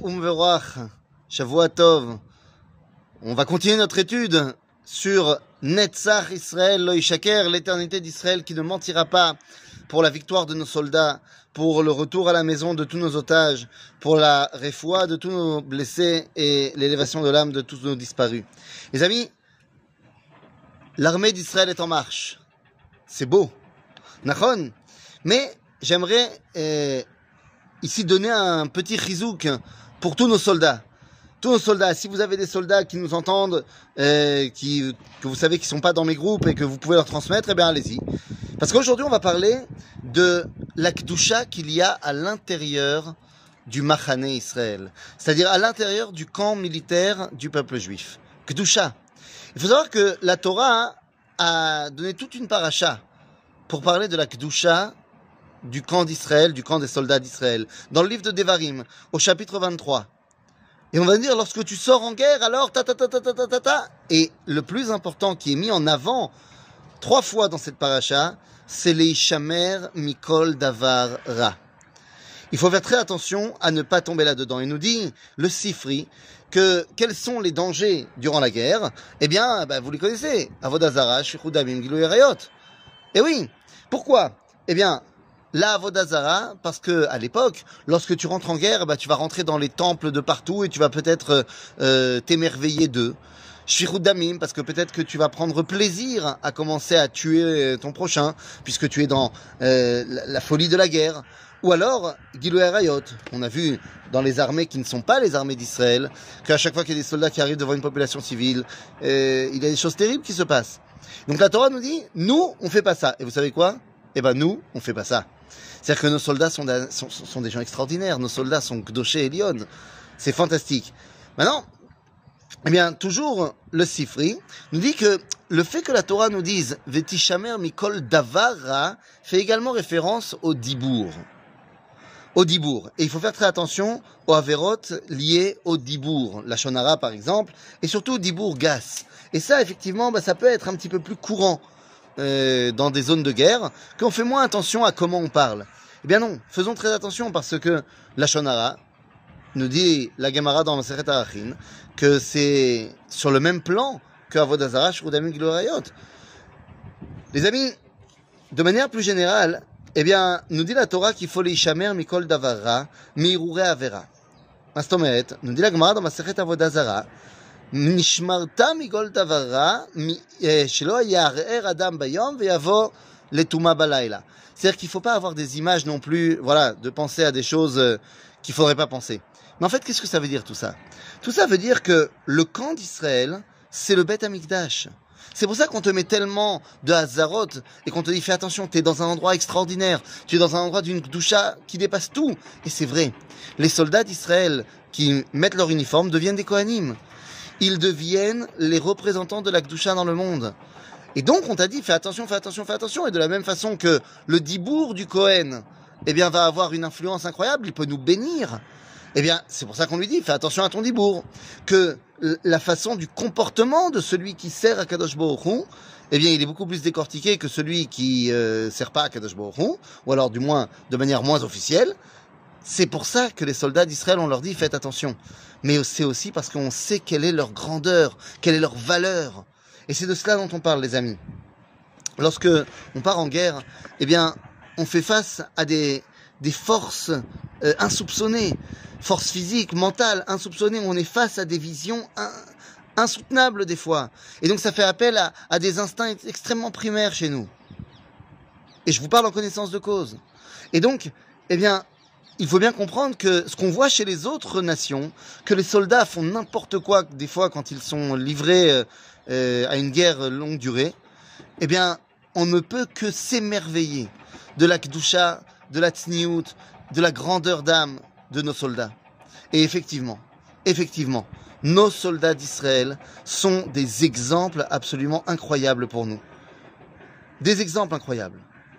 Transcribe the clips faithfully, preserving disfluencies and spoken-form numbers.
Umverach, Shavua Tov. On va continuer notre étude sur Netzach Israël Lo Yishaker, l'éternité d'Israël qui ne mentira pas, pour la victoire de nos soldats, pour le retour à la maison de tous nos otages, pour la réfoua de tous nos blessés et l'élévation de l'âme de tous nos disparus. Les amis, l'armée d'Israël est en marche. C'est beau, Nachon. Mais j'aimerais euh, ici donner un petit chizouk pour tous nos soldats. Tous nos soldats, si vous avez des soldats qui nous entendent, euh, qui, que vous savez qu'ils ne sont pas dans mes groupes et que vous pouvez leur transmettre, eh bien allez-y. Parce qu'aujourd'hui, on va parler de la Kedusha qu'il y a à l'intérieur du Machane Israël. C'est-à-dire à l'intérieur du camp militaire du peuple juif. Kedusha. Il faut savoir que la Torah a donné toute une paracha pour parler de la Kedusha du camp d'Israël, du camp des soldats d'Israël. Dans le livre de Devarim, au chapitre vingt-trois. Et on va dire, lorsque tu sors en guerre, alors ta ta ta ta ta ta ta ta. Et le plus important qui est mis en avant trois fois dans cette paracha, c'est les Shamer Mikol Davar Ra. Il faut faire très attention à ne pas tomber là-dedans. Il nous dit, le Sifri, que quels sont les dangers durant la guerre? Eh bien, bah, vous les connaissez. Avodah Zara, Shfichut Damim, Gilui Arayot. Et oui. Pourquoi? Eh bien, la Avodah Zara, parce que à l'époque, lorsque tu rentres en guerre, bah, tu vas rentrer dans les temples de partout et tu vas peut-être euh, t'émerveiller d'eux. Shfichut Damim, parce que peut-être que tu vas prendre plaisir à commencer à tuer ton prochain, puisque tu es dans euh, la, la folie de la guerre. Ou alors, Gilui Arayot. On a vu dans les armées qui ne sont pas les armées d'Israël, qu'à chaque fois qu'il y a des soldats qui arrivent devant une population civile, euh, il y a des choses terribles qui se passent. Donc la Torah nous dit, nous, on fait pas ça. Et vous savez quoi? Eh ben nous, on fait pas ça. C'est-à-dire que nos soldats sont, sont, sont des gens extraordinaires. Nos soldats sont Kdoshé et Lyon. C'est fantastique. Maintenant, eh bien, toujours, le Sifri nous dit que le fait que la Torah nous dise « Vetishamer mikol davara » fait également référence au dibour. Au dibour. Et il faut faire très attention aux averot liés au dibour. La shonara, par exemple, et surtout au dibour gas. Et ça, effectivement, bah, ça peut être un petit peu plus courant euh, dans des zones de guerre, qu'on fait moins attention à comment on parle. Eh bien non, faisons très attention parce que la shonara, nous dit la Gemara dans Masechet Arachin, que c'est sur le même plan que Avodah Zara, Shfichut Damim, Gilui Arayot. Les amis, de manière plus générale, eh bien, nous dit la Torah qu'il faut les Ishamer Mikol Davar Ra, Mi'irurei Avera. Mastomet, nous dit la Gemara dans Masechet Avodah Zara, Nishmarta Mikol Davar Ra, Shelo Ya'arer Adam Bayom Ve'yavo Letuma Balayla. C'est-à-dire qu'il ne faut pas avoir des images non plus, voilà, de penser à des choses qu'il ne faudrait pas penser. Mais en fait, qu'est-ce que ça veut dire tout ça? Tout ça veut dire que le camp d'Israël, c'est le Beth Amikdash. C'est pour ça qu'on te met tellement de Hazarot et qu'on te dit fais attention, tu es dans un endroit extraordinaire, tu es dans un endroit d'une Kedusha qui dépasse tout. Et c'est vrai, les soldats d'Israël qui mettent leur uniforme deviennent des Kohanim. Ils deviennent les représentants de la Kedusha dans le monde. Et donc on t'a dit fais attention, fais attention, fais attention. Et de la même façon que le dibour du Kohen, eh bien, va avoir une influence incroyable, il peut nous bénir. Eh bien, c'est pour ça qu'on lui dit, fais attention à ton dibour. Que la façon du comportement de celui qui sert à Kadosh Baruch Hu, eh bien, il est beaucoup plus décortiqué que celui qui euh, sert pas à Kadosh Baruch Hu, ou alors du moins de manière moins officielle. C'est pour ça que les soldats d'Israël, on leur dit, faites attention. Mais c'est aussi parce qu'on sait quelle est leur grandeur, quelle est leur valeur. Et c'est de cela dont on parle, les amis. Lorsque on part en guerre, eh bien, on fait face à des, des forces euh, insoupçonnées, forces physiques, mentales, insoupçonnées. On est face à des visions in, insoutenables des fois. Et donc ça fait appel à, à des instincts extrêmement primaires chez nous. Et je vous parle en connaissance de cause. Et donc, eh bien, il faut bien comprendre que ce qu'on voit chez les autres nations, que les soldats font n'importe quoi des fois quand ils sont livrés euh, euh, à une guerre longue durée, eh bien, on ne peut que s'émerveiller de la Kedusha, de la Tzniout, de la grandeur d'âme de nos soldats. Et effectivement, effectivement, nos soldats d'Israël sont des exemples absolument incroyables pour nous. Des exemples incroyables.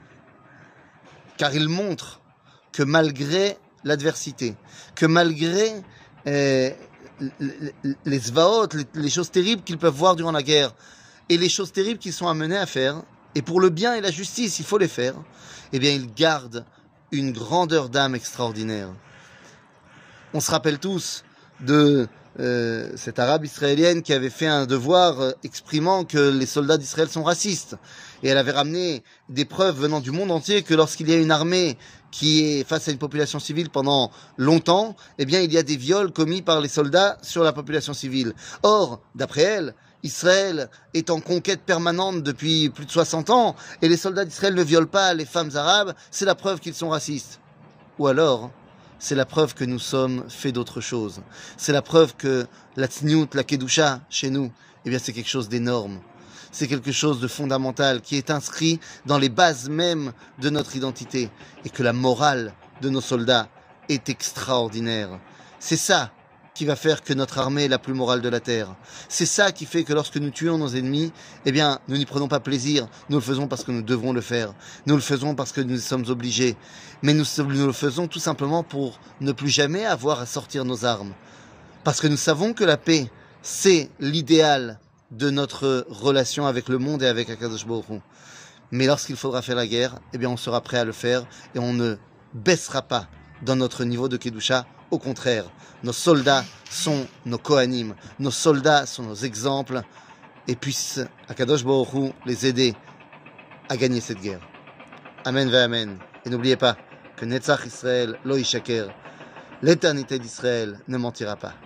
Car ils montrent que malgré l'adversité, que malgré euh, les zvaot, les, les choses terribles qu'ils peuvent voir durant la guerre, et les choses terribles qu'ils sont amenés à faire, et pour le bien et la justice, il faut les faire, eh bien, ils gardent une grandeur d'âme extraordinaire. On se rappelle tous de euh, cette arabe israélienne qui avait fait un devoir euh, exprimant que les soldats d'Israël sont racistes. Et elle avait ramené des preuves venant du monde entier que lorsqu'il y a une armée qui est face à une population civile pendant longtemps, eh bien il y a des viols commis par les soldats sur la population civile. Or, d'après elle, Israël est en conquête permanente depuis plus de soixante ans et les soldats d'Israël ne violent pas les femmes arabes, c'est la preuve qu'ils sont racistes. Ou alors, c'est la preuve que nous sommes faits d'autre chose. C'est la preuve que la tzniut, la kedusha, chez nous, eh bien c'est quelque chose d'énorme. C'est quelque chose de fondamental qui est inscrit dans les bases mêmes de notre identité et que la morale de nos soldats est extraordinaire. C'est ça qui va faire que notre armée est la plus morale de la terre. C'est ça qui fait que lorsque nous tuons nos ennemis, eh bien, nous n'y prenons pas plaisir. Nous le faisons parce que nous devons le faire. Nous le faisons parce que nous sommes obligés. Mais nous, nous le faisons tout simplement pour ne plus jamais avoir à sortir nos armes. Parce que nous savons que la paix, c'est l'idéal de notre relation avec le monde et avec Akadosh Baruch Hu. Mais lorsqu'il faudra faire la guerre, eh bien, on sera prêt à le faire et on ne baissera pas dans notre niveau de Kedusha. Au contraire, nos soldats sont nos Kohanim, nos soldats sont nos exemples et puisse Akadosh Baruch Hu les aider à gagner cette guerre. Amen ve Amen. Et n'oubliez pas que Netzach Israël lo yishaker, l'éternité d'Israël ne mentira pas.